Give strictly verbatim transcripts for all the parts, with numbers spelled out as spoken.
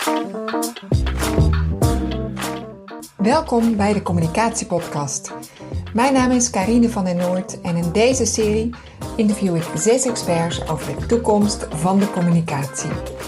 Welkom bij de Communicatiepodcast. Mijn naam is Karine van den Noord en in deze serie interview ik zes experts over de toekomst van de communicatie.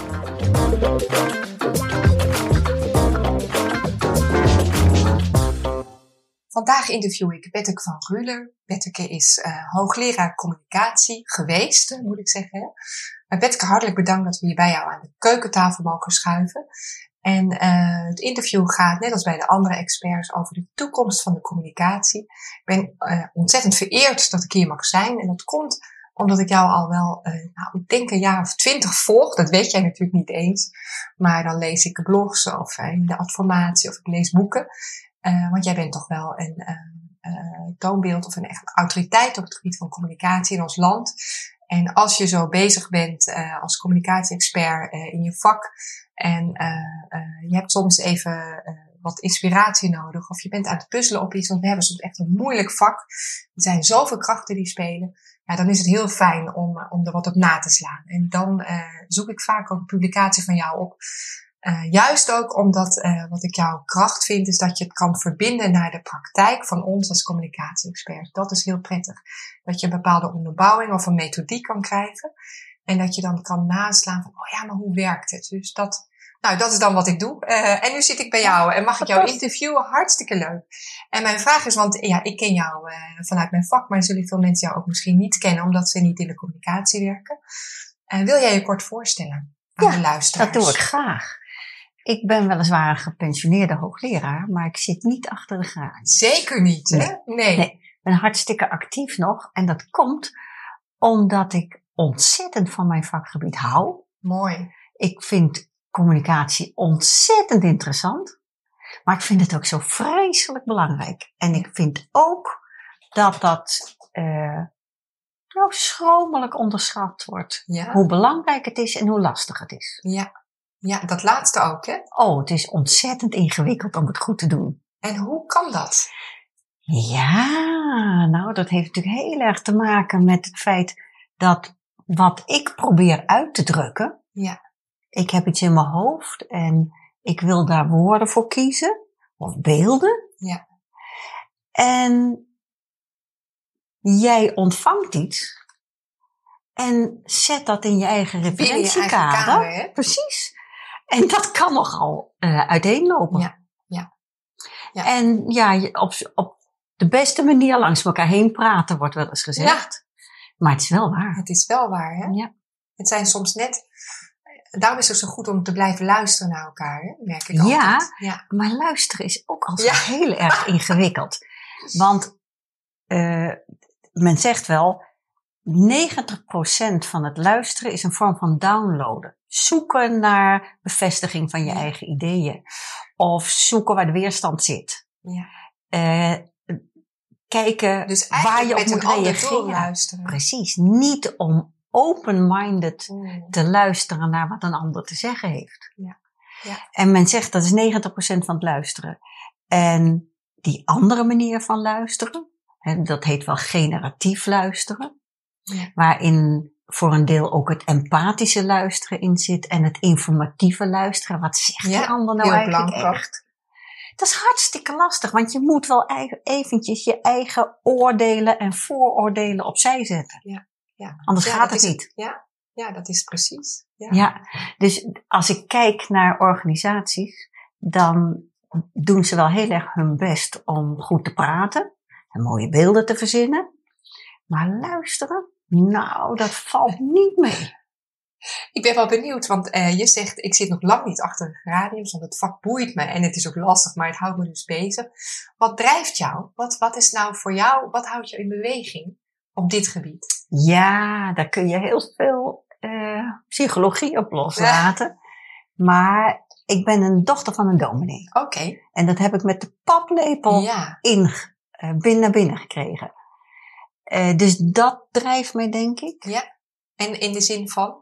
Vandaag interview ik Betteke van Ruler. Betteke is uh, hoogleraar communicatie geweest, moet ik zeggen. Uh, Betteke, hartelijk bedankt dat we hier bij jou aan de keukentafel mogen schuiven. En uh, het interview gaat, net als bij de andere experts, over de toekomst van de communicatie. Ik ben uh, ontzettend vereerd dat ik hier mag zijn. En dat komt omdat ik jou al wel, uh, nou, ik denk een jaar of twintig volg. Dat weet jij natuurlijk niet eens. Maar dan lees ik blogs of uh, in de adformatie of ik lees boeken. Uh, want jij bent toch wel een uh, uh, toonbeeld of een echt autoriteit op het gebied van communicatie in ons land. En als je zo bezig bent uh, als communicatie-expert uh, in je vak en uh, uh, je hebt soms even uh, wat inspiratie nodig of je bent aan het puzzelen op iets, want we hebben soms echt een moeilijk vak. Er zijn zoveel krachten die spelen. Ja, dan is het heel fijn om, om er wat op na te slaan. En dan uh, zoek ik vaak ook een publicatie van jou op. Uh, juist ook omdat uh, wat ik jouw kracht vind, is dat je het kan verbinden naar de praktijk van ons als communicatie-experts. Dat is heel prettig. Dat je een bepaalde onderbouwing of een methodiek kan krijgen. En dat je dan kan naslaan van, oh ja, maar hoe werkt het? Dus dat, nou, dat is dan wat ik doe. Uh, en nu zit ik bij jou en mag ik jou interviewen. Hartstikke leuk. En mijn vraag is, want ja, ik ken jou uh, vanuit mijn vak, maar zullen veel mensen jou ook misschien niet kennen, omdat ze niet in de communicatie werken. Uh, wil jij je kort voorstellen aan ja, de luisteraars? Dat doe ik graag. Ik ben weliswaar een gepensioneerde hoogleraar, maar ik zit niet achter de graad. Zeker niet, hè? Nee. nee. nee. Ik ben hartstikke actief nog. En dat komt omdat ik ontzettend van mijn vakgebied hou. Mooi. Ik vind communicatie ontzettend interessant. Maar ik vind het ook zo vreselijk belangrijk. En ik vind ook dat dat uh, nou, schromelijk onderschat wordt. Ja. Hoe belangrijk het is en hoe lastig het is. Ja. Ja, dat laatste ook, hè? Oh, het is ontzettend ingewikkeld om het goed te doen. En hoe kan dat? Ja, nou, dat heeft natuurlijk heel erg te maken met het feit dat wat ik probeer uit te drukken. Ja. Ik heb iets in mijn hoofd en ik wil daar woorden voor kiezen. Of beelden. Ja. En jij ontvangt iets. En zet dat in je eigen referentiekader. Precies. En dat kan nogal uh, uiteenlopen. Ja, ja, ja. En ja, op, op de beste manier langs elkaar heen praten wordt wel eens gezegd. Ja. Maar het is wel waar. Het is wel waar, hè? Ja. Het zijn soms net... Daarom is het zo goed om te blijven luisteren naar elkaar, hè? Merk ik altijd. Ja, ja. Maar luisteren is ook altijd ja. heel erg ingewikkeld. Want uh, men zegt wel... negentig procent van het luisteren is een vorm van downloaden. Zoeken naar bevestiging van je ja. eigen ideeën. Of zoeken waar de weerstand zit. Ja. Uh, kijken dus waar je op moet reageren. Luisteren. Precies. Niet om open-minded mm. te luisteren naar wat een ander te zeggen heeft. Ja. Ja. En men zegt dat is negentig procent van het luisteren. En die andere manier van luisteren, hè, dat heet wel generatief luisteren. Ja. Waarin voor een deel ook het empathische luisteren in zit en het informatieve luisteren. Wat zegt ja, die ander nou eigenlijk belangrijk. echt? Dat is hartstikke lastig, want je moet wel eventjes je eigen oordelen en vooroordelen opzij zetten. Ja, ja. Anders ja, gaat het is, niet. Ja, ja, dat is precies. Ja. ja, dus als ik kijk naar organisaties, dan doen ze wel heel erg hun best om goed te praten en mooie beelden te verzinnen. Maar luisteren, nou, dat valt niet mee. Ik ben wel benieuwd, want uh, je zegt, ik zit nog lang niet achter de geraniums, want het vak boeit me en het is ook lastig, maar het houdt me dus bezig. Wat drijft jou? Wat, wat is nou voor jou, wat houdt je in beweging op dit gebied? Ja, daar kun je heel veel uh, psychologie op loslaten. Ja. Maar ik ben een dochter van een dominee. Oké. Okay. En dat heb ik met de paplepel ja. in, uh, binnen naar binnen gekregen. Uh, dus dat drijft mij, denk ik. Ja, en in de zin van?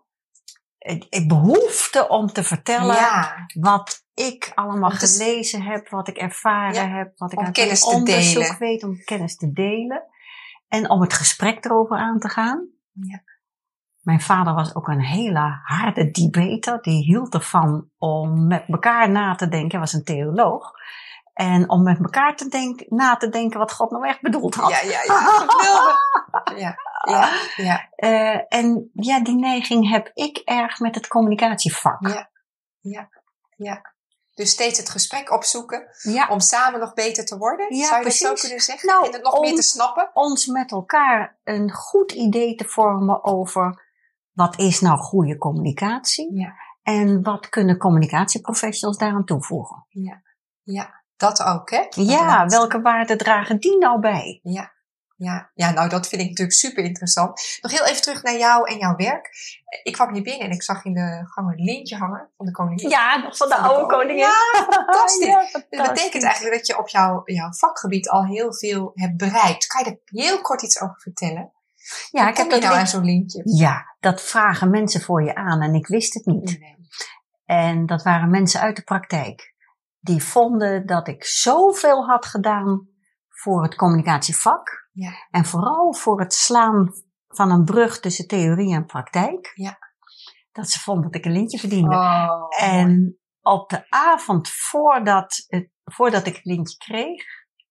Ik behoefte om te vertellen ja. wat ik allemaal te gelezen heb, wat ik ervaren ja. heb, wat ik om uit kennis het onderzoek delen. weet, om kennis te delen. En om het gesprek erover aan te gaan. Ja. Mijn vader was ook een hele harde debater. Die hield ervan om met elkaar na te denken. Hij was een theoloog. En om met elkaar te denken, na te denken wat God nou echt bedoeld had. Ja, ja, ja. Geweldig. Ja, ja, ja. Uh, en ja, die neiging heb ik erg met het communicatievak. Ja, ja, ja. Dus steeds het gesprek opzoeken Ja. om samen nog beter te worden. Ja, Zou je precies. dat zo kunnen zeggen? Nou, en het nog om, meer te snappen? Ons met elkaar een goed idee te vormen over wat is nou goede communicatie. Ja. En wat kunnen communicatieprofessionals daaraan toevoegen. Ja, ja. Dat ook, hè? Dat ja, laatste. welke waarden dragen die nou bij? Ja. Ja, ja, nou dat vind ik natuurlijk super interessant. Nog heel even terug naar jou en jouw werk. Ik kwam hier binnen en ik zag in de gang een lintje hangen van de koningin. Ja, nog van de Van de oude koning. koningin. Ja, fantastisch. Ja, Dat fantastisch. betekent eigenlijk dat je op jouw, jouw vakgebied al heel veel hebt bereikt. Kan je daar heel kort iets over vertellen? Ja, Hoe ik heb kom je dat nou aan lintje- zo'n lintje? Ja, dat vragen mensen voor je aan en ik wist het niet. Nee. En dat waren mensen uit de praktijk. Die vonden dat ik zoveel had gedaan voor het communicatievak. Ja. En vooral voor het slaan van een brug tussen theorie en praktijk. Ja. Dat ze vonden dat ik een lintje verdiende. Oh, En op de avond voordat, het, voordat ik het lintje kreeg,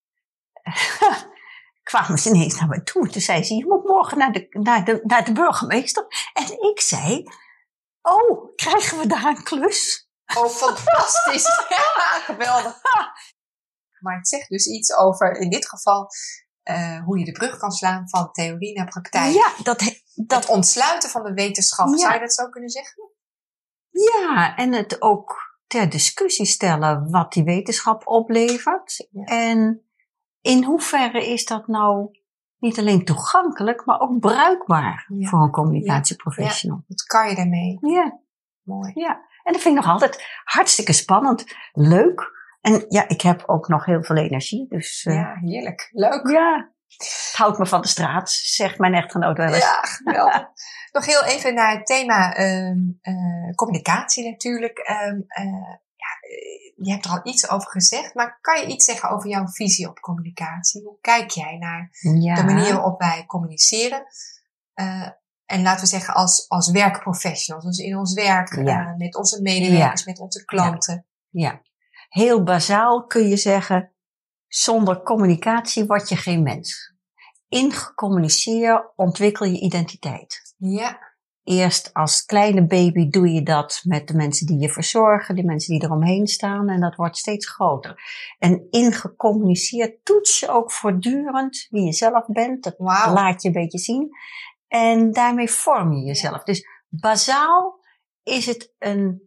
kwamen ze ineens naar me toe. Toen zei ze, je moet morgen naar de, naar de, naar de burgemeester. En ik zei, oh, krijgen we daar een klus? oh, fantastisch. Ja, geweldig. Maar het zegt dus iets over, in dit geval, uh, hoe je de brug kan slaan van theorie naar praktijk. Ja, dat, he- dat Het ontsluiten van de wetenschap, Ja. zou je dat zo kunnen zeggen? Ja, en het ook ter discussie stellen wat die wetenschap oplevert. Ja. En in hoeverre is dat nou niet alleen toegankelijk, maar ook bruikbaar Ja. voor een communicatieprofessional. Wat kan je daarmee? Ja. Mooi. Ja, en dat vind ik nog altijd hartstikke spannend, leuk. En ja, ik heb ook nog heel veel energie, dus uh, Ja, heerlijk. Leuk. ja, het houdt me van de straat, zegt mijn echtgenoot wel eens. Ja, geweldig. Nog heel even naar het thema um, uh, communicatie natuurlijk. Um, uh, ja, je hebt er al iets over gezegd, maar kan je iets zeggen over jouw visie op communicatie? Hoe kijk jij naar Ja. de manier waarop wij communiceren? Uh, en laten we zeggen als, als werkprofessionals, dus in ons werk, Ja. uh, met onze medewerkers, Ja. met onze klanten. Ja, heel bazaal kun je zeggen, zonder communicatie word je geen mens. In gecommuniceer ontwikkel je identiteit. Ja, Eerst als kleine baby doe je dat met de mensen die je verzorgen, de mensen die eromheen staan en dat wordt steeds groter. En in gecommuniceerd toets je ook voortdurend wie je zelf bent, dat wauw. laat je een beetje zien. En daarmee vorm je jezelf. Ja. Dus bazaal is het een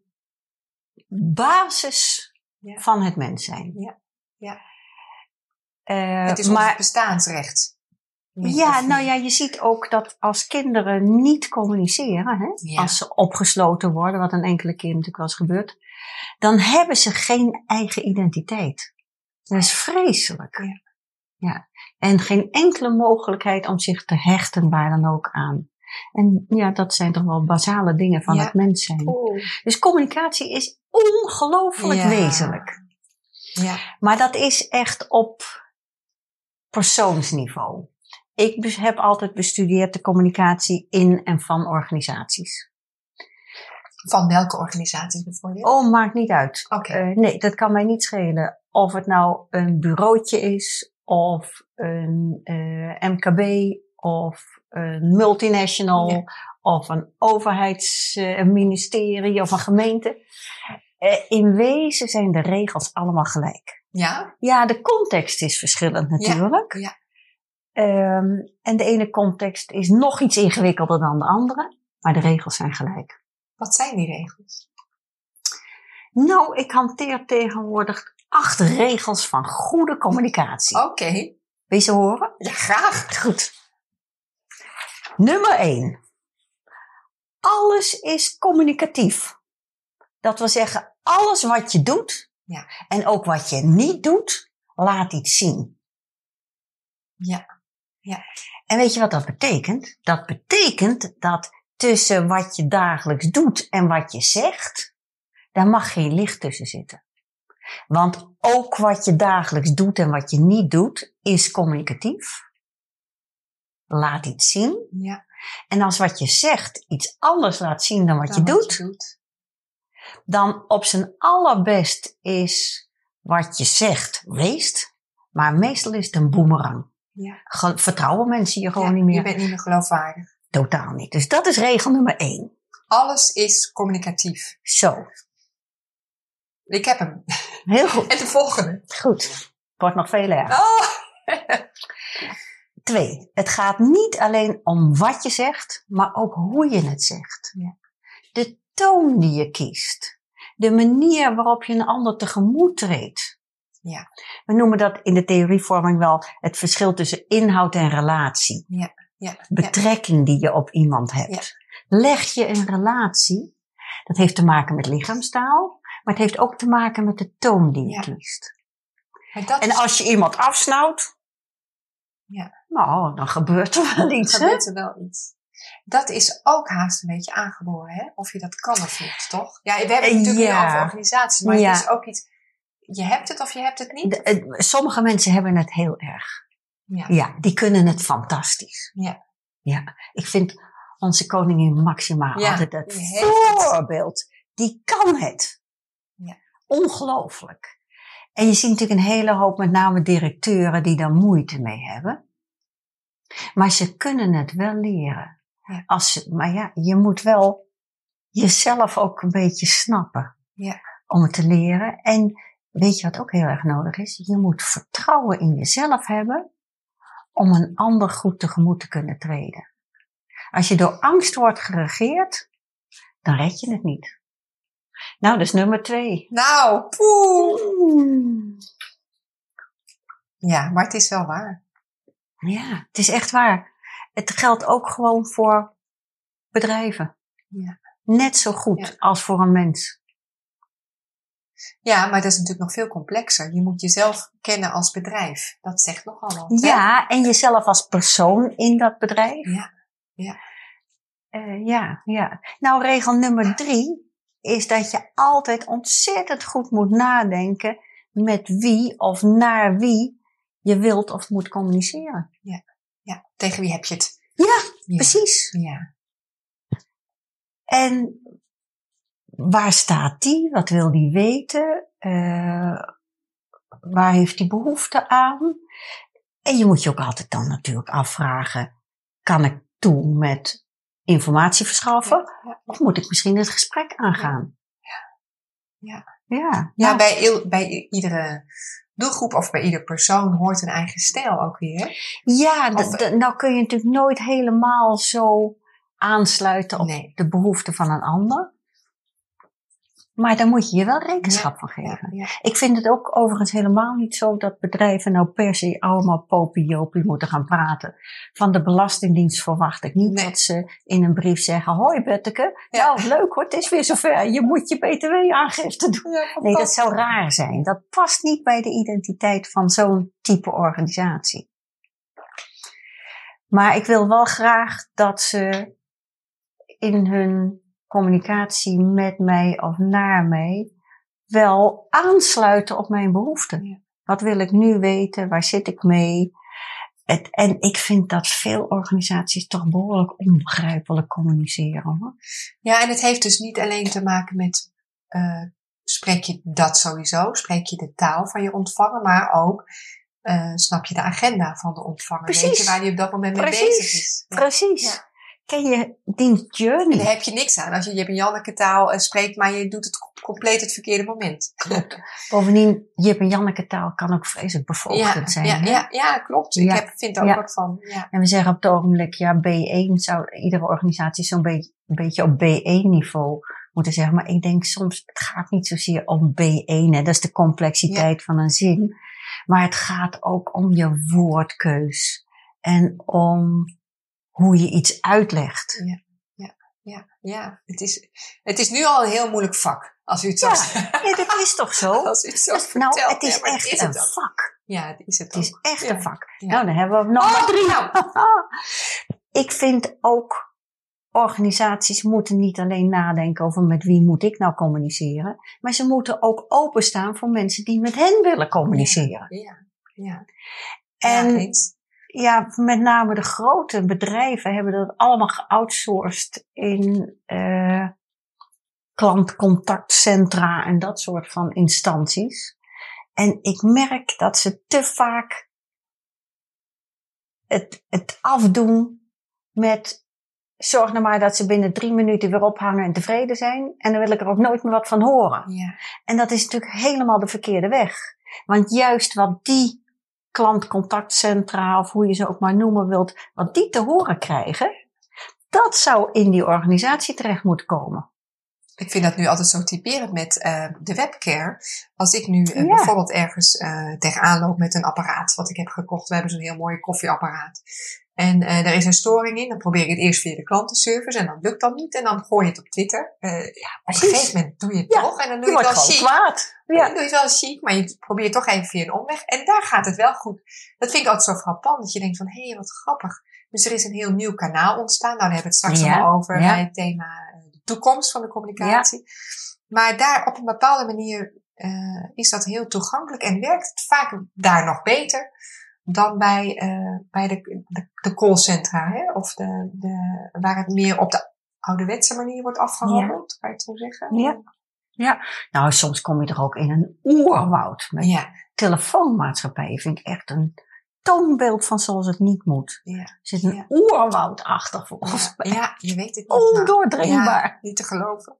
basis Ja. van het mens zijn. Ja, ja. Uh, Het is ons maar bestaansrecht. Min ja, of nou meer. ja, je ziet ook dat als kinderen niet communiceren, hè, Ja. als ze opgesloten worden, wat een enkele keer natuurlijk wel eens gebeurt, dan hebben ze geen eigen identiteit. Dat is vreselijk. Ja. Ja. En geen enkele mogelijkheid om zich te hechten waar dan ook aan. En ja, dat zijn toch wel basale dingen van Ja. het mens zijn. Oeh. Dus communicatie is ongelooflijk Ja. wezenlijk. Ja. Maar dat is echt op persoonsniveau. Ik bes- heb altijd bestudeerd de communicatie in en van organisaties. Van welke organisaties bijvoorbeeld? Oh, maakt niet uit. Oké. Uh, nee, dat kan mij niet schelen. Of het nou een bureautje is, of een uh, M K B, of een multinational, Ja. of een overheidsministerie, uh, of een gemeente. Uh, in wezen zijn de regels allemaal gelijk. Ja? Ja, de context is verschillend natuurlijk. Ja. Um, en de ene context is nog iets ingewikkelder dan de andere, maar de regels zijn gelijk. Wat zijn die regels? Nou, ik hanteer tegenwoordig acht regels van goede communicatie. Oké. Okay. Wil je ze horen? Ja, graag. Goed. Nummer één. Alles is communicatief. Dat wil zeggen, alles wat je doet, ja. en ook wat je niet doet, laat iets zien. Ja. Ja. En weet je wat dat betekent? Dat betekent dat tussen wat je dagelijks doet en wat je zegt, daar mag geen licht tussen zitten. Want ook wat je dagelijks doet en wat je niet doet, is communicatief. Laat iets zien. Ja. En als wat je zegt iets anders laat zien dan wat, Dan je, wat doet, je doet, dan op zijn allerbest is wat je zegt weest. Maar meestal is het een boemerang. ja. Ge- Vertrouwen mensen je gewoon Ja, niet meer. je bent niet meer geloofwaardig. Totaal niet. Dus dat is regel nummer één. Alles is communicatief. Zo, Ik heb hem. heel goed. En de volgende. Goed. Het wordt nog veel erger. Oh. Twee, het gaat niet alleen om wat je zegt, maar ook hoe je het zegt. Ja. De toon die je kiest. De manier waarop je een ander tegemoet treedt. Ja. We noemen dat in de theorievorming wel het verschil tussen inhoud en relatie. Ja. Ja. Betrekking die je op iemand hebt. Leg je een relatie, dat heeft te maken met lichaamstaal, maar het heeft ook te maken met de toon die je Ja. kiest. Maar dat En is- als je iemand afsnauwt, Ja. nou, dan gebeurt er wel iets, hè? gebeurt er wel iets. Dat is ook haast een beetje aangeboren, hè? Of je dat kan of niet, toch? Ja, we hebben het natuurlijk Ja. nu over organisaties, maar Ja. het is ook iets... Je hebt het of je hebt het niet. De- het- sommige mensen hebben het heel erg. Ja. Ja, die kunnen het fantastisch. Ja. Ja, ik vind onze koningin Maxima Ja, altijd het die heeft het. voorbeeld. Die kan het. Ja. Ongelooflijk. En je ziet natuurlijk een hele hoop, met name directeuren, die daar moeite mee hebben. Maar ze kunnen het wel leren. Ja. Als ze, maar ja, je moet wel jezelf ook een beetje snappen. Ja. Om het te leren. En weet je wat ook heel erg nodig is? Je moet vertrouwen in jezelf hebben om een ander goed tegemoet te kunnen treden. Als je door angst wordt geregeerd, dan red je het niet. Nou, dat is nummer twee. Nou, poeh. Mm. Ja, maar het is wel waar. Ja, het is echt waar. Het geldt ook gewoon voor bedrijven. Ja. Net zo goed Ja. als voor een mens. Ja, maar dat is natuurlijk nog veel complexer. Je moet jezelf kennen als bedrijf. Dat zegt nogal wat. hè? Ja, en jezelf als persoon in dat bedrijf. Ja. Ja. Uh, ja, ja. Nou, regel nummer drie is dat je altijd ontzettend goed moet nadenken met wie of naar wie je wilt of moet communiceren. Ja. Tegen wie heb je het? Ja, Ja. precies. Ja. En waar staat die? Wat wil die weten? Uh, waar heeft die behoefte aan? En je moet je ook altijd dan natuurlijk afvragen, kan ik toe met informatie verschaffen? Ja. Ja. Of moet ik misschien het gesprek aangaan? Ja. Ja, Ja, nou, bij, il- bij iedere doelgroep of bij ieder persoon hoort een eigen stijl ook weer. ja d- Of- d- nou kun je natuurlijk nooit helemaal zo aansluiten op Nee. de behoeften van een ander. Maar daar moet je je wel rekenschap Ja, van geven. Ja, ja. Ik vind het ook overigens helemaal niet zo dat bedrijven nou per se allemaal popiopie moeten gaan praten. Van de Belastingdienst verwacht ik niet Nee. dat ze in een brief zeggen, hoi Betteke, Ja. nou leuk hoor, het is weer zover, je moet je B T W-aangifte doen. Ja, Nee, dat zou raar zijn. Dat past niet bij de identiteit van zo'n type organisatie. Maar ik wil wel graag dat ze in hun communicatie met mij of naar mij wel aansluiten op mijn behoeften. Ja. Wat wil ik nu weten? Waar zit ik mee? Het, en ik vind dat veel organisaties toch behoorlijk onbegrijpelijk communiceren. Hoor. Ja, en het heeft dus niet alleen te maken met, uh, spreek je dat sowieso, spreek je de taal van je ontvanger, maar ook, uh, snap je de agenda van de ontvanger. Precies. Weet je waar die op dat moment mee Precies. bezig is. Ja. Precies. Ja. Ken je die journey? En daar heb je niks aan. Als je Jip en Janneke taal uh, spreekt, maar je doet het compleet het verkeerde moment. Klopt. Bovendien, Jip en Janneke taal kan ook vreselijk Ja, bevoogdend zijn. ja, hè? ja, ja, klopt. Ja. Ik heb, vind er ook Ja. wat van. Ja. En we zeggen op het ogenblik, ja, B één zou iedere organisatie zo'n beetje, een beetje op B één niveau moeten zeggen. Maar ik denk soms, het gaat niet zozeer om B één, hè. Dat is de complexiteit van een zin. Maar het gaat ook om je woordkeus. En om hoe je iets uitlegt. Ja, ja, ja, ja. Het is, het is nu al een heel moeilijk vak. Als u het zo Ja, zegt. ja, dat is toch zo? Als u het zo Nou, vertelt. het is Ja, maar echt is een het ook. vak. Ja, het is het Het is ook. echt Ja. een vak. Ja. Nou, dan hebben we nog maar Oh, drie. nou. Ik vind ook, organisaties moeten niet alleen nadenken over met wie moet ik nou communiceren. Maar ze moeten ook openstaan voor mensen die met hen willen communiceren. Ja, ja. En ja, eens. ja, met name de grote bedrijven hebben dat allemaal geoutsourced in uh, klantcontactcentra en dat soort van instanties. En ik merk dat ze te vaak het, het afdoen met zorg nou maar dat ze binnen drie minuten weer ophangen en tevreden zijn. En dan wil ik er ook nooit meer wat van horen. Ja. En dat is natuurlijk helemaal de verkeerde weg. Want juist wat die klantcontactcentra, of hoe je ze ook maar noemen wilt, wat die te horen krijgen, dat zou in die organisatie terecht moeten komen. Ik vind dat nu altijd zo typerend met uh, de webcare. Als ik nu uh, Ja. bijvoorbeeld ergens uh, tegenaan loop met een apparaat wat ik heb gekocht. We hebben zo'n heel mooi koffieapparaat. En uh, er is een storing in. Dan probeer ik het eerst via de klantenservice. En dat lukt dan niet. En dan gooi je het op Twitter. Uh, ja, op een gegeven moment doe je het Ja, toch. En dan doe je je het wordt wel gewoon chic. kwaad. Ja. Ja. Dan doe je het wel chic. Maar je probeert toch even via een omweg. En daar gaat het wel goed. Dat vind ik altijd zo frappant. Dat je denkt van, hé, hey, wat grappig. Dus er is een heel nieuw kanaal ontstaan. Nou, daar hebben we het straks Ja, allemaal over. ja. Bij het thema de toekomst van de communicatie. Ja. Maar daar op een bepaalde manier uh, is dat heel toegankelijk. En werkt het vaak daar nog beter dan bij, uh, bij de, de, de callcentra. Hè? Of de, de, waar het meer op de ouderwetse manier wordt afgehandeld. Ja. Kan je het zo zeggen? Ja. Ja. Nou, soms kom je er ook in een oerwoud. Met ja. telefoonmaatschappijen vind ik echt een toonbeeld van zoals het niet moet. Ja. Er zit een ja. oerwoud achter volgens ja. mij. Ja, je weet het niet. Ondoordringbaar. Ja, niet te geloven.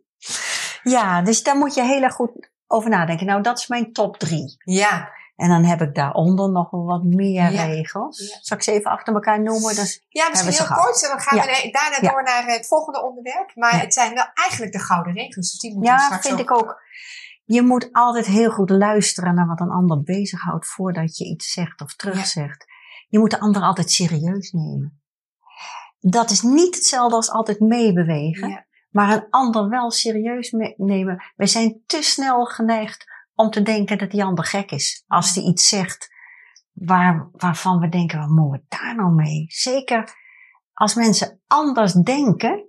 Ja, dus daar moet je heel erg goed over nadenken. Nou, dat is mijn top drie. Ja. En dan heb ik daaronder nog wel wat meer ja. regels. Ja. Zal ik ze even achter elkaar noemen? Dus ja, misschien heel kort. Dan gaan ja. we daarna ja. door naar het volgende onderwerp. Maar ja. het zijn wel eigenlijk de gouden regels. Dus die moeten ja, we straks vind ook... ik ook. Je moet altijd heel goed luisteren naar wat een ander bezighoudt voordat je iets zegt of terugzegt. Ja. Je moet de ander altijd serieus nemen. Dat is niet hetzelfde als altijd meebewegen. Ja. Maar een ander wel serieus nemen. Wij zijn te snel geneigd om te denken dat die ander gek is. Als die iets zegt waar, waarvan we denken, wat moeten we daar nou mee? Zeker als mensen anders denken,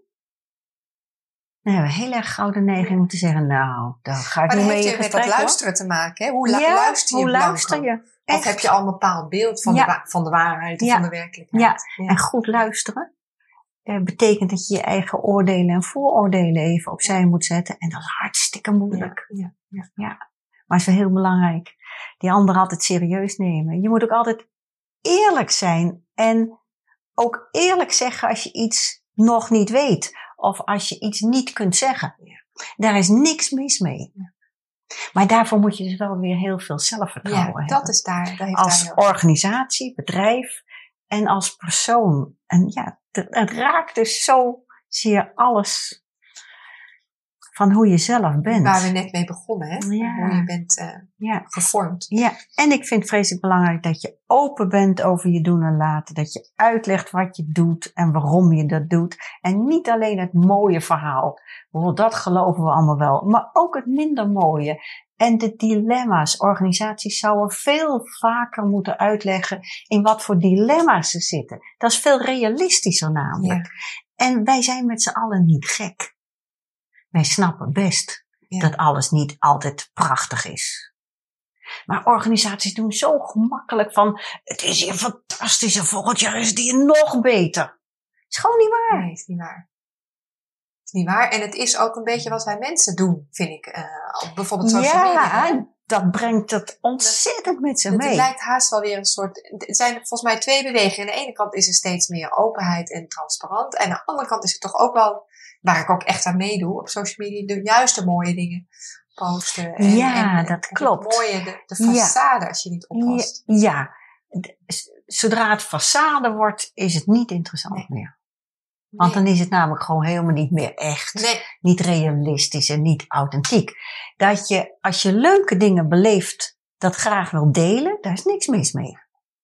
dan hebben we heel erg gauw de neiging om te zeggen, nou, daar ga ik maar niet mee in gesprek. Maar dat heeft met dat luisteren te maken. Hè? Hoe la- ja, luister je? Hoe luister je? Echt? Of heb je al een bepaald beeld van, ja. de, wa- van de waarheid of ja. van de werkelijkheid? Ja, ja. En goed luisteren. Dat betekent dat je je eigen oordelen en vooroordelen even opzij moet zetten. En dat is hartstikke moeilijk. Ja, ja, ja. ja. Maar het is wel heel belangrijk. Die ander altijd serieus nemen. Je moet ook altijd eerlijk zijn. En ook eerlijk zeggen als je iets nog niet weet. Of als je iets niet kunt zeggen. Ja. Daar is niks mis mee. Ja. Maar daarvoor moet je dus wel weer heel veel zelfvertrouwen ja, hebben. Dat is daar. Dat heeft als daar organisatie, bedrijf en als persoon. En ja, het raakt dus zo zeer alles van hoe je zelf bent. Waar we net mee begonnen, hè? Ja. Hoe je bent uh, ja. gevormd. Ja, en ik vind het vreselijk belangrijk dat je open bent over je doen en laten. Dat je uitlegt wat je doet en waarom je dat doet. En niet alleen het mooie verhaal. Dat geloven we allemaal wel. Maar ook het minder mooie. En de dilemma's. Organisaties zouden veel vaker moeten uitleggen in wat voor dilemma's ze zitten. Dat is veel realistischer namelijk. Ja. En wij zijn met z'n allen niet gek. Wij snappen best ja. dat alles niet altijd prachtig is. Maar organisaties doen zo gemakkelijk van, het is hier fantastisch en volgend jaar is het hier nog beter. Het is gewoon niet waar. Nee, het is niet waar. Het is niet waar. En het is ook een beetje wat wij mensen doen, vind ik. Uh, op bijvoorbeeld social ja, media. Ja, dat brengt het ontzettend met zich mee. Het lijkt haast wel weer een soort... Het zijn volgens mij twee bewegingen. Aan de ene kant is er steeds meer openheid en transparant. En aan de andere kant is het toch ook wel... Waar ik ook echt aan meedoe op social media. De juiste mooie dingen posten. En, ja, en, dat en klopt. Het mooie, de, de façade ja. als je niet oppast. Ja, ja. Zodra het façade wordt, is het niet interessant nee. meer. Want nee. dan is het namelijk gewoon helemaal niet meer echt. Nee. Niet realistisch en niet authentiek. Dat je, als je leuke dingen beleeft, dat graag wil delen, daar is niks mis mee.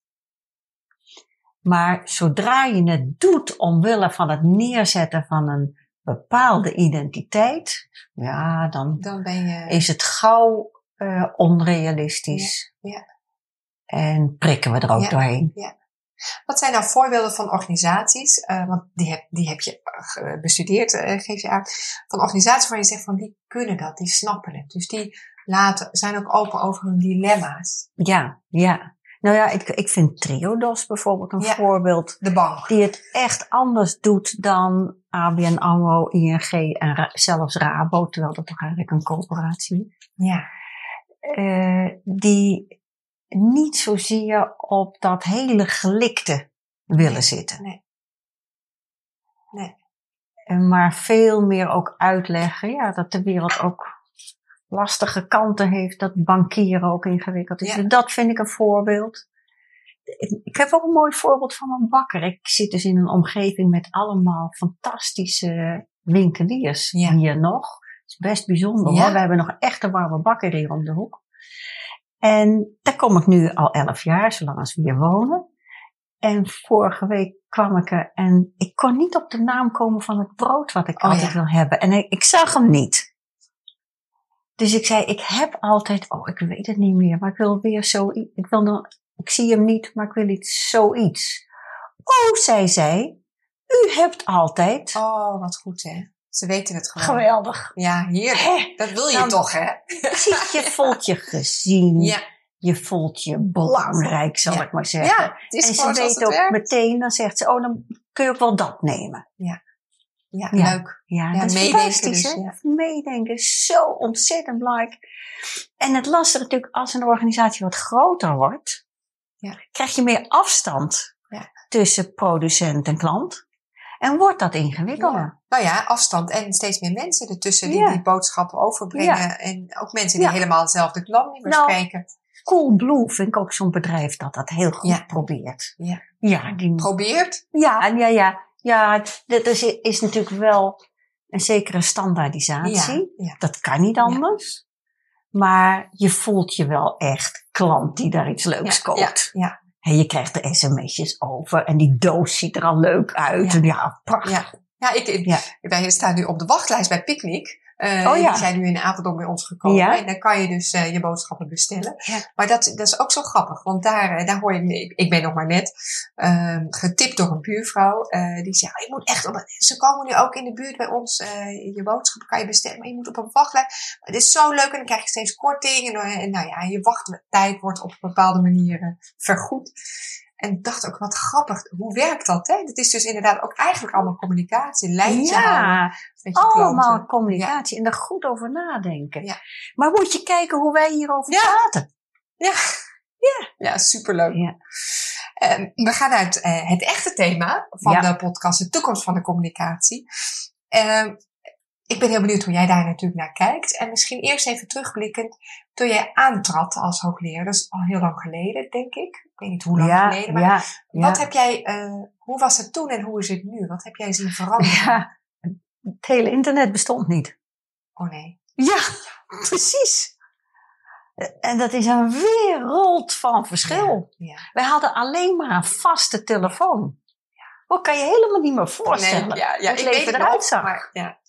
Maar zodra je het doet omwille van het neerzetten van een bepaalde identiteit, ja, dan, dan ben je... is het gauw uh, onrealistisch. Ja. Ja. En prikken we er ook ja. doorheen. Ja. Wat zijn nou voorbeelden van organisaties, uh, want die heb, die heb je uh, bestudeerd, uh, geef je aan, van organisaties waar je zegt van die kunnen dat, die snappen het. Dus die laten, zijn ook open over hun dilemma's. Ja, ja. Nou ja, ik, ik vind Triodos bijvoorbeeld een Ja. voorbeeld. De bank. Die het echt anders doet dan A B N AMRO, I N G en Ra- zelfs Rabo. Terwijl dat toch eigenlijk een corporatie is. Ja. Uh, die niet zozeer op dat hele gelikte willen Nee, zitten. Nee. Nee. En maar veel meer ook uitleggen, ja, dat de wereld ook lastige kanten heeft, dat bankieren ook ingewikkeld is. Ja. Dat vind ik een voorbeeld. Ik heb ook een mooi voorbeeld van een bakker. Ik zit dus in een omgeving met allemaal fantastische winkeliers Ja. hier nog. Het is best bijzonder Ja. hoor. We hebben nog echt een warme bakker hier om de hoek. En daar kom ik nu al elf jaar, zolang als we hier wonen. En vorige week kwam ik er en ik kon niet op de naam komen van het brood wat ik Oh, altijd ja. wil hebben. En ik, ik zag hem niet. Dus ik zei, ik heb altijd, oh ik weet het niet meer, maar ik wil weer zoiets. Ik wil nog, ik zie hem niet, maar ik wil iets, zoiets. Oh, zei zij, u hebt altijd. Oh, wat goed hè. Ze weten het gewoon. Geweldig. Ja, heerlijk. Hè? Dat wil je Dan- toch hè? Precies, je voelt je gezien. Ja. Je voelt je belangrijk, zal Ja. ik maar zeggen. Ja, het is En gewoon ze zoals weet het ook werkt. meteen, dan zegt ze, oh, dan kun je ook wel dat nemen. Ja, Ja. leuk. Ja, Ja, dat is meedenken fantastisch, dus, hè? ja. Meedenken is zo ontzettend belangrijk. En het lastige natuurlijk, als een organisatie wat groter wordt, Ja. krijg je meer afstand Ja. tussen producent en klant. En wordt dat ingewikkelder. Ja. Nou ja, afstand en steeds meer mensen ertussen die Ja. die boodschappen overbrengen. En ook mensen die Ja. helemaal hetzelfde klant niet meer Nou, spreken. Coolblue vind ik ook zo'n bedrijf dat dat heel goed Ja. probeert. Ja. Ja, die, Probeert. ja, ja, ja. Ja, dat is, is natuurlijk wel een zekere standaardisatie. Ja. Ja. Dat kan niet anders. Maar je voelt je wel echt klant die daar iets leuks Ja. koopt. Ja. Ja. En je krijgt er sms'jes over. En die doos ziet er al leuk uit. Ja. En ja, prachtig. Ja. Ja, ik, ik- Ja. wij staan nu op de wachtlijst bij Picnic. Uh, Oh ja. Die zijn nu in de avond ook bij ons gekomen. Ja. En dan kan je dus uh, je boodschappen bestellen. Ja. Maar dat, dat is ook zo grappig. Want daar, uh, daar hoor je, ik, ik ben nog maar net uh, getipt door een buurvrouw. Uh, die zei, je moet echt op, ze komen nu ook in de buurt bij ons. Uh, je boodschappen kan je bestellen. Maar je moet op een wachtlijst. Het is zo leuk. En dan krijg je steeds korting. En, en nou ja, je wachttijd wordt op een bepaalde manier vergoed. En ik dacht ook, wat grappig, hoe werkt dat? Hè? Het is dus inderdaad ook eigenlijk allemaal communicatie, lijntje houden Ja, met je allemaal klanten. communicatie. En daar goed over nadenken. Ja. Maar moet je kijken hoe wij hierover Ja. praten. Ja, ja. ja superleuk. Ja. Um, we gaan uit uh, het echte thema van Ja. de podcast, de toekomst van de communicatie. Um, ik ben heel benieuwd hoe jij daar natuurlijk naar kijkt. En misschien eerst even terugblikkend, toen jij aantrad als hoogleraar, dat is al heel lang geleden, denk ik. Ik weet niet hoe lang Ja, geleden, maar ja, wat ja. heb jij, uh, hoe was het toen en hoe is het nu? Wat heb jij zien veranderen? Ja, het hele internet bestond niet. Oh nee. Ja, precies. En dat is een wereld van verschil. Ja, ja. Wij hadden alleen maar een vaste telefoon. Dat kan je helemaal niet meer voorstellen. Nee, ja, ja, hoe het ik leven weet het eruit nog, zag. maar ja,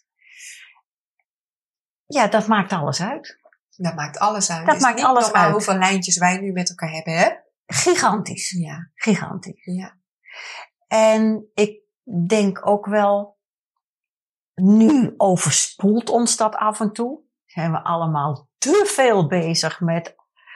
Ja, dat maakt alles uit. dat maakt alles uit. Dat Het is maakt niet alles normaal uit. hoeveel lijntjes wij nu met elkaar hebben, hè? Gigantisch. Ja, Gigantisch. ja. En ik denk ook wel, nu overspoelt ons dat af en toe. Zijn we allemaal te veel bezig met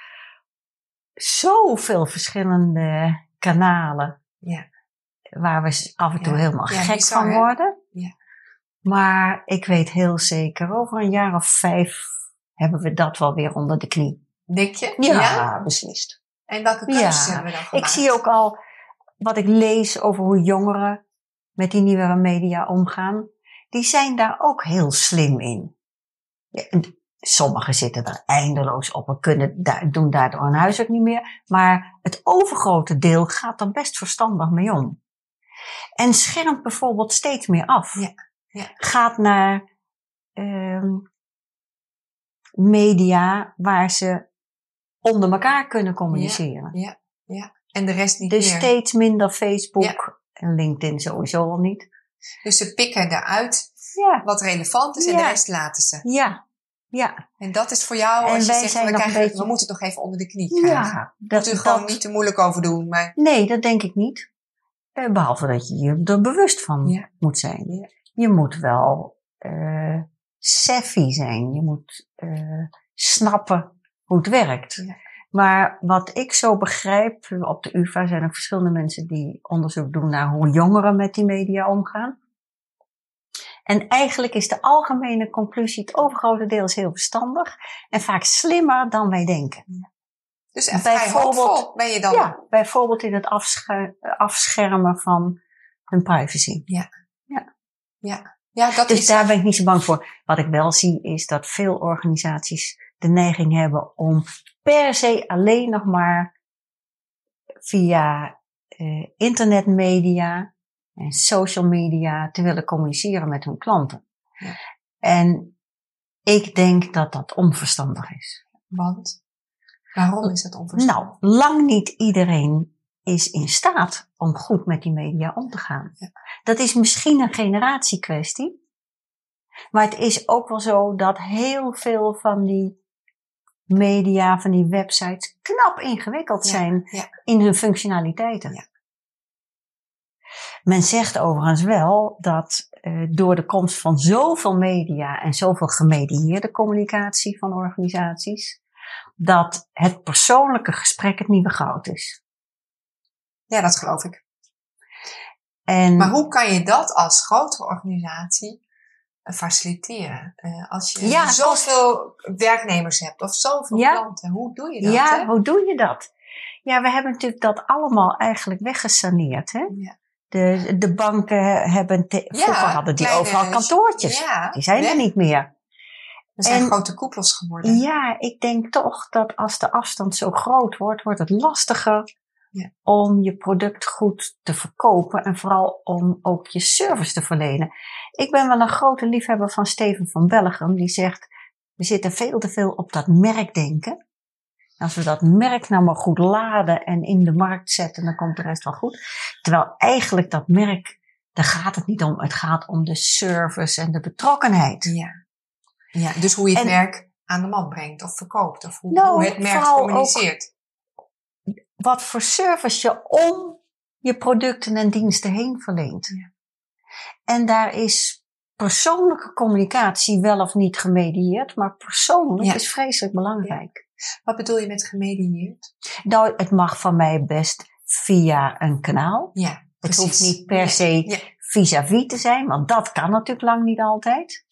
zoveel verschillende kanalen. Ja. Waar we af en toe Ja. helemaal Ja, gek bizar, van hè? worden. Ja. Maar ik weet heel zeker, over een jaar of vijf hebben we dat wel weer onder de knie. Denk je? Ja, beslist. En welke keuzes Ja. hebben we dan Ik gemaakt? zie ook al wat ik lees over hoe jongeren met die nieuwe media omgaan. Die zijn daar ook heel slim in. Ja, en sommigen zitten daar eindeloos op en kunnen daar, doen daardoor hun huis ook niet meer. Maar het overgrote deel gaat er best verstandig mee om. En schermt bijvoorbeeld steeds meer af. Ja, ja. Gaat naar ehm media waar ze onder elkaar kunnen communiceren. Ja, ja. En de rest niet Dus meer. steeds minder Facebook Ja. en LinkedIn sowieso al niet. Dus ze pikken eruit Ja, wat relevant is en Ja. de rest laten ze. ja, ja. En dat is voor jou, En als je wij zegt, zijn we, nog krijgen, een beetje- we moeten het nog even onder de knie krijgen. Ja, We dat, moeten er gewoon dat, niet te moeilijk over doen. Maar nee, dat denk ik niet. Eh, Behalve dat je je er bewust van Ja. moet zijn. Ja. Je moet wel uh, savvy zijn. Je moet uh, snappen hoe het werkt. Ja. Maar wat ik zo begrijp, op de U vA zijn er verschillende mensen die onderzoek doen naar hoe jongeren met die media omgaan. En eigenlijk is de algemene conclusie, het overgrote deel is heel verstandig en vaak slimmer dan wij denken. Ja. Dus echt vrij hoopvol ben je dan? Ja, bijvoorbeeld in het afscher- afschermen van hun privacy. Ja. Ja. Ja. Ja, dat dus is... daar ben ik niet zo bang voor. Wat ik wel zie is dat veel organisaties de neiging hebben om per se alleen nog maar via uh, internetmedia en social media te willen communiceren met hun klanten. Ja. En ik denk dat dat onverstandig is. Want? Waarom is dat onverstandig? Nou, lang niet iedereen is in staat om goed met die media om te gaan. Ja. Dat is misschien een generatiekwestie. Maar het is ook wel zo dat heel veel van die media, van die websites, knap ingewikkeld zijn ja, ja. in hun functionaliteiten. Ja. Men zegt overigens wel dat uh, door de komst van zoveel media en zoveel gemedieerde communicatie van organisaties, dat het persoonlijke gesprek het nieuwe goud is. Ja, dat geloof ik. En, maar hoe kan je dat als grotere organisatie uh, faciliteren? Uh, als je ja, zoveel kost... werknemers hebt of zoveel ja, klanten, hoe doe je dat? Ja, hè? hoe doe je dat? Ja, we hebben natuurlijk dat allemaal eigenlijk weggesaneerd, hè? Ja. De, de banken hebben, te, ja, vroeger hadden die kleine, overal kantoortjes. Ja, die zijn weg. er niet meer. Er zijn en, grote koepels geworden. Ja, ik denk toch dat als de afstand zo groot wordt, wordt het lastiger ja. om je product goed te verkopen en vooral om ook je service te verlenen. Ik ben wel een grote liefhebber van Steven van Bellegem, die zegt, we zitten veel te veel op dat merkdenken. Als we dat merk nou maar goed laden en in de markt zetten, dan komt de rest wel goed. Terwijl eigenlijk dat merk, daar gaat het niet om. Het gaat om de service en de betrokkenheid. Ja, ja dus hoe je het en, merk aan de man brengt of verkoopt. Of hoe, nou, hoe het merk communiceert. Wat voor service je om je producten en diensten heen verleent. Ja. En daar is persoonlijke communicatie wel of niet gemedieerd, maar persoonlijk ja. is vreselijk belangrijk. Ja. Wat bedoel je met gemedieerd? Nou, het mag van mij best via een kanaal. Ja, het precies. hoeft niet per se ja. vis-à-vis te zijn, want dat kan natuurlijk lang niet altijd.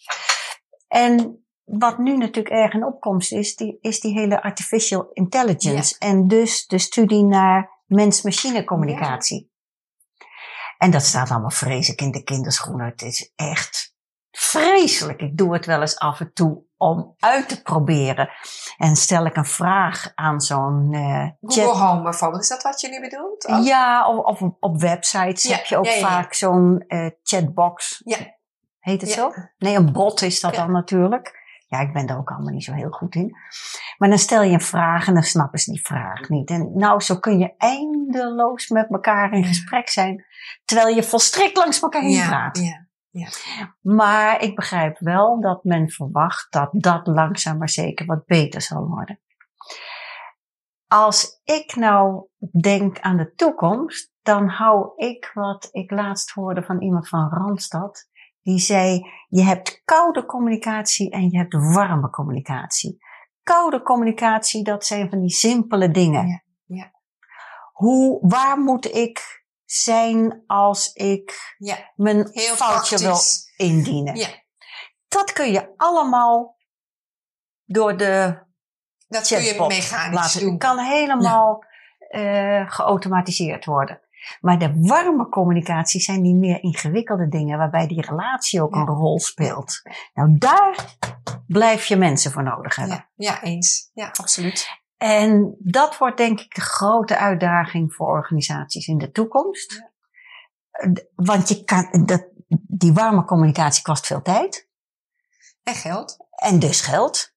En wat nu natuurlijk erg in opkomst is, die, is die hele artificial intelligence. Ja. En dus de studie naar mens-machine communicatie. Ja. En dat staat allemaal vreselijk in de kinderschoenen. Het is echt vreselijk. Ik doe het wel eens af en toe om uit te proberen. En stel ik een vraag aan zo'n uh, Google chat. Home bijvoorbeeld, is dat wat je nu bedoelt? Of? Ja, of, of op, op websites ja, heb je ook ja, ja, vaak ja. zo'n uh, chatbox. Ja. Heet het ja. zo? Nee, een bot is dat ja. dan natuurlijk. Ja, ik ben daar ook allemaal niet zo heel goed in. Maar dan stel je een vraag en dan snappen ze die vraag niet. En nou, zo kun je eindeloos met elkaar in ja. gesprek zijn, terwijl je volstrekt langs elkaar heen ja, praat. Ja. Ja. Maar ik begrijp wel dat men verwacht dat dat langzaam maar zeker wat beter zal worden. Als ik nou denk aan de toekomst, dan hou ik wat ik laatst hoorde van iemand van Randstad. Die zei, je hebt koude communicatie en je hebt warme communicatie. Koude communicatie, dat zijn van die simpele dingen. Ja, ja. Hoe, waar moet ik zijn als ik ja, mijn foutje wil indienen? Ja. Dat kun je allemaal door de dat kun je mechanisch laten. doen. Het kan helemaal ja. uh, geautomatiseerd worden. Maar de warme communicatie zijn die meer ingewikkelde dingen, waarbij die relatie ook ja. een rol speelt. Nou, daar blijf je mensen voor nodig hebben. Ja, ja eens. Ja, absoluut. En dat wordt denk ik de grote uitdaging voor organisaties in de toekomst. Ja. Want je kan, dat, die warme communicatie kost veel tijd. En geld. En dus geld.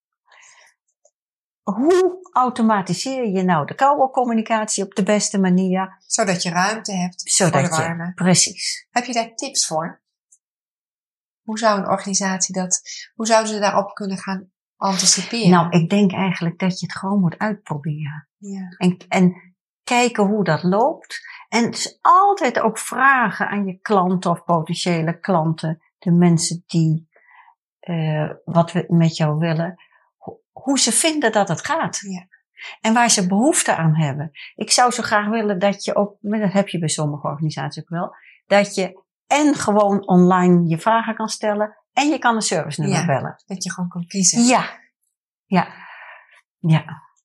Hoe automatiseer je nou de koude communicatie op de beste manier? Zodat je ruimte hebt Zodat voor de warme. Je, precies. Heb je daar tips voor? Hoe zou een organisatie dat, hoe zouden ze daarop kunnen gaan anticiperen? Nou, ik denk eigenlijk dat je het gewoon moet uitproberen. Ja. En, en kijken hoe dat loopt. En dus altijd ook vragen aan je klanten of potentiële klanten, de mensen die uh, wat we met jou willen, hoe ze vinden dat het gaat. Ja. En waar ze behoefte aan hebben. Ik zou zo graag willen dat je ook, dat heb je bij sommige organisaties ook wel, dat je en gewoon online je vragen kan stellen en je kan een service nummer Ja, bellen. dat je gewoon kan kiezen. Ja, ja, ja.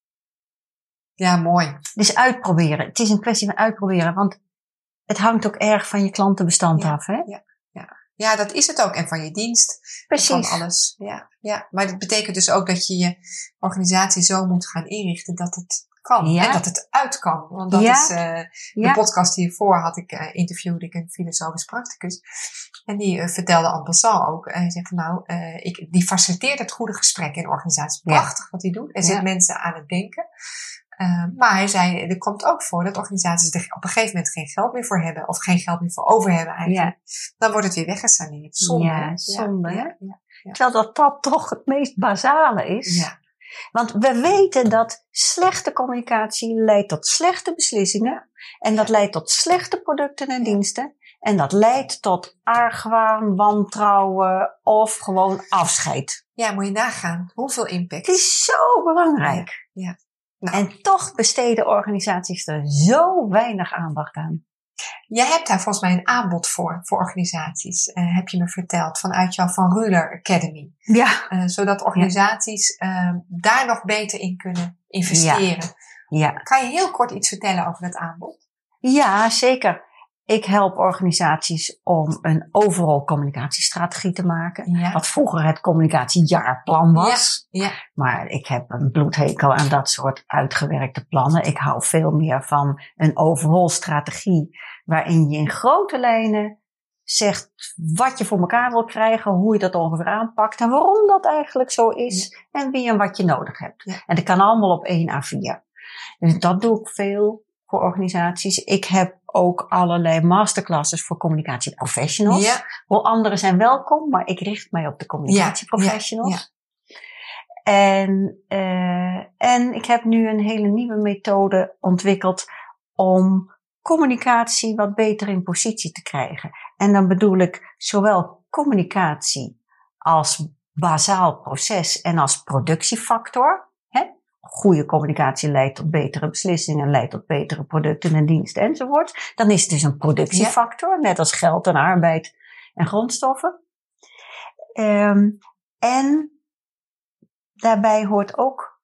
Ja, mooi. Dus uitproberen. Het is een kwestie van uitproberen, want het hangt ook erg van je klantenbestand Ja, af, hè? Ja, ja. ja, dat is het ook. En van je dienst. Precies. Van alles. Ja, ja. Maar dat betekent dus ook dat je je organisatie zo moet gaan inrichten dat het kan. Ja. En dat het uit kan. Want dat Ja. is uh, de Ja. podcast hiervoor had ik, uh, interviewde ik een filosofisch practicus. En die uh, vertelde en passant ook. Uh, hij zegt nou, uh, ik, die faciliteert het goede gesprek in organisaties. Prachtig ja. wat hij doet. En zet ja. mensen aan het denken. Uh, maar hij zei, er komt ook voor dat organisaties er op een gegeven moment geen geld meer voor hebben. Of geen geld meer voor over hebben eigenlijk. Ja. Dan wordt het weer weggesaneerd. Zonde. Ja, zonde. Ja, hè? ja, ja, ja. Terwijl dat dat toch het meest basale is. Ja. Want we weten dat slechte communicatie leidt tot slechte beslissingen. En dat leidt tot slechte producten en diensten. En dat leidt tot argwaan, wantrouwen of gewoon afscheid. Ja, moet je nagaan. Hoeveel impact. Het is zo belangrijk. Ja. ja. Nou. En toch besteden organisaties er zo weinig aandacht aan. Jij hebt daar volgens mij een aanbod voor, voor organisaties. Uh, heb je me verteld, vanuit jouw Van Ruler Academy. Ja. Uh, zodat organisaties uh, daar nog beter in kunnen investeren. Ja. Ja. Kan je heel kort iets vertellen over dat aanbod? Ja, zeker. Ik help organisaties om een overal communicatiestrategie te maken. Ja. Wat vroeger het communicatiejaarplan was. Ja. Ja. Maar ik heb een bloedhekel aan dat soort uitgewerkte plannen. Ik hou veel meer van een overal strategie. Waarin je in grote lijnen zegt wat je voor elkaar wil krijgen. Hoe je dat ongeveer aanpakt. En waarom dat eigenlijk zo is. Ja. En wie en wat je nodig hebt. Ja. En dat kan allemaal op één A vier. Dus dat doe ik veel voor organisaties. Ik heb ook allerlei masterclasses voor communicatieprofessionals. Ja. Wel anderen zijn welkom, maar ik richt mij op de communicatieprofessionals. Ja. Ja. En, uh, en ik heb nu een hele nieuwe methode ontwikkeld om communicatie wat beter in positie te krijgen. En dan bedoel ik zowel communicatie als bazaal proces en als productiefactor. Hè? Goede communicatie leidt tot betere beslissingen, leidt tot betere producten en diensten enzovoort. Dan is het dus een productiefactor, ja. net als geld en arbeid en grondstoffen. Um, en daarbij hoort ook,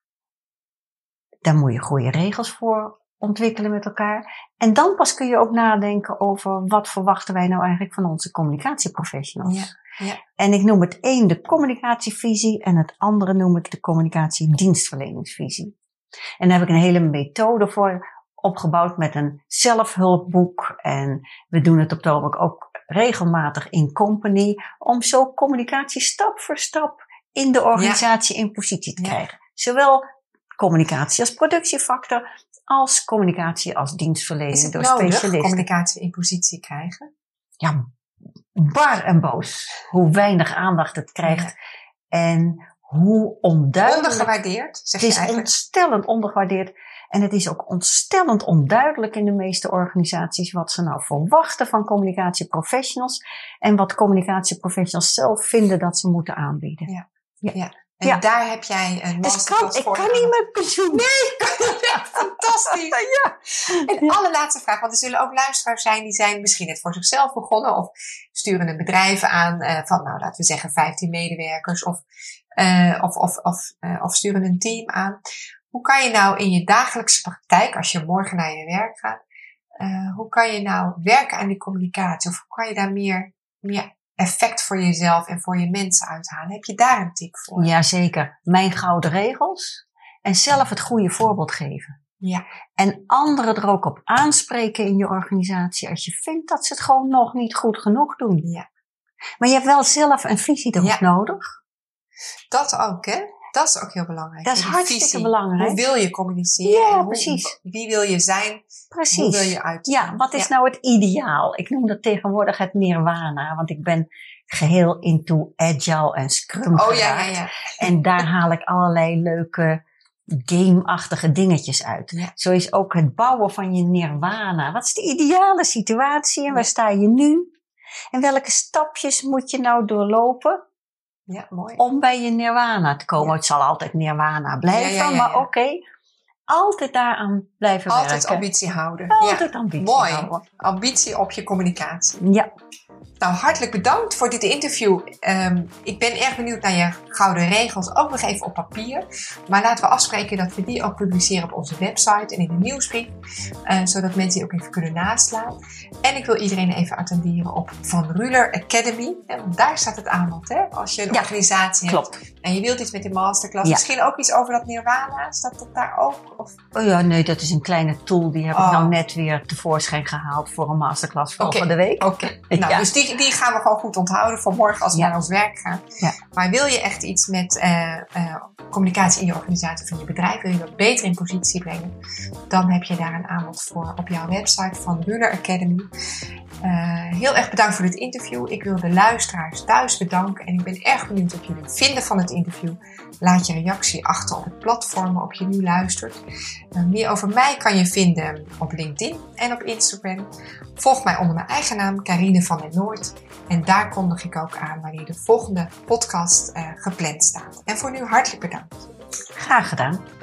daar moet je goede regels voor ontwikkelen met elkaar. En dan pas kun je ook nadenken over wat verwachten wij nou eigenlijk van onze communicatieprofessionals. Ja, ja. En ik noem het een de communicatievisie en het andere noem ik de communicatiedienstverleningsvisie. En daar heb ik een hele methode voor opgebouwd met een zelfhulpboek. En we doen het op het ogenblik ook regelmatig in company om zo communicatie stap voor stap in de organisatie ja. in positie te krijgen. Ja. Zowel communicatie als productiefactor als communicatie als dienstverlening door nodig, specialisten. Communicatie in positie krijgen? Ja, bar en boos. Hoe weinig aandacht het krijgt. Ja. En hoe onduidelijk. Ondergewaardeerd, zeg je Het is eigenlijk. ontstellend ondergewaardeerd. En het is ook ontstellend onduidelijk in de meeste organisaties wat ze nou verwachten van communicatieprofessionals. En wat communicatieprofessionals zelf vinden dat ze moeten aanbieden. Ja, ja. ja. En ja. daar heb jij een masterclass dus kan, voor. Ik kan niet met pensioen. Nee, ja, fantastisch. Ja. En de allerlaatste vraag, want er zullen ook luisteraars zijn die zijn misschien net voor zichzelf begonnen of sturen een bedrijf aan uh, van, nou laten we zeggen vijftien medewerkers of, uh, of, of, of, uh, of sturen een team aan. Hoe kan je nou in je dagelijkse praktijk, als je morgen naar je werk gaat, uh, hoe kan je nou werken aan die communicatie? Of hoe kan je daar meer, meer effect voor jezelf en voor je mensen uithalen? Heb je daar een tip voor? Jazeker. Mijn gouden regels. En zelf het goede voorbeeld geven. Ja. En anderen er ook op aanspreken in je organisatie als je vindt dat ze het gewoon nog niet goed genoeg doen. Ja. Maar je hebt wel zelf een visie erop ja. nodig. Dat ook, hè? Dat is ook heel belangrijk. Dat is die hartstikke visie. belangrijk. Hoe wil je communiceren? Ja, en hoe, precies. Wie wil je zijn? Precies. Hoe wil je uit? Ja, wat is ja. nou het ideaal? Ik noem dat tegenwoordig het nirwana, want ik ben geheel into agile en scrum Oh ja, ja, ja. En daar haal ik allerlei leuke game-achtige dingetjes uit. Ja. Zo is ook het bouwen van je nirwana. Wat is de ideale situatie en waar ja. sta je nu? En welke stapjes moet je nou doorlopen? Ja, mooi. Om bij je nirwana te komen. Ja. Het zal altijd nirwana blijven, ja, ja, ja, ja. maar oké. Okay, altijd daaraan blijven Altijd werken. ambitie houden. Altijd ja. ambitie Mooi. houden. Ambitie op je communicatie. Ja. Nou, hartelijk bedankt voor dit interview. Um, ik ben erg benieuwd naar je gouden regels, ook nog even op papier. Maar laten we afspreken dat we die ook publiceren op onze website en in de nieuwsbrief. Uh, zodat mensen die ook even kunnen naslaan. En ik wil iedereen even attenderen op Van Ruler Academy. Want daar staat het aanbod, hè? Als je een ja, organisatie klopt. hebt en je wilt iets met die masterclass. Ja. Misschien ook iets over dat nirvana. Staat dat daar ook? Of? Oh ja, nee, dat is een kleine tool. Die heb oh. ik nou net weer tevoorschijn gehaald voor een masterclass volgende okay. week. Oké, okay. nou, ja. dus die, die gaan we gewoon goed onthouden voor morgen als we ja. naar ons werk gaan. Ja. Maar wil je echt iets met uh, uh, communicatie in je organisatie of in je bedrijf, wil je dat beter in positie brengen, dan heb je daar een aanbod voor op jouw website van Ruler Academy. Uh, heel erg bedankt voor dit interview. Ik wil de luisteraars thuis bedanken en ik ben erg benieuwd wat jullie vinden van het interview. Laat je reactie achter op het platform waarop je nu luistert. Uh, meer over mij kan je vinden op LinkedIn en op Instagram. Volg mij onder mijn eigen naam, Carine van den Noord. En daar kondig ik ook aan wanneer de volgende podcast uh, gepland staat. En voor nu hartelijk bedankt. Graag gedaan.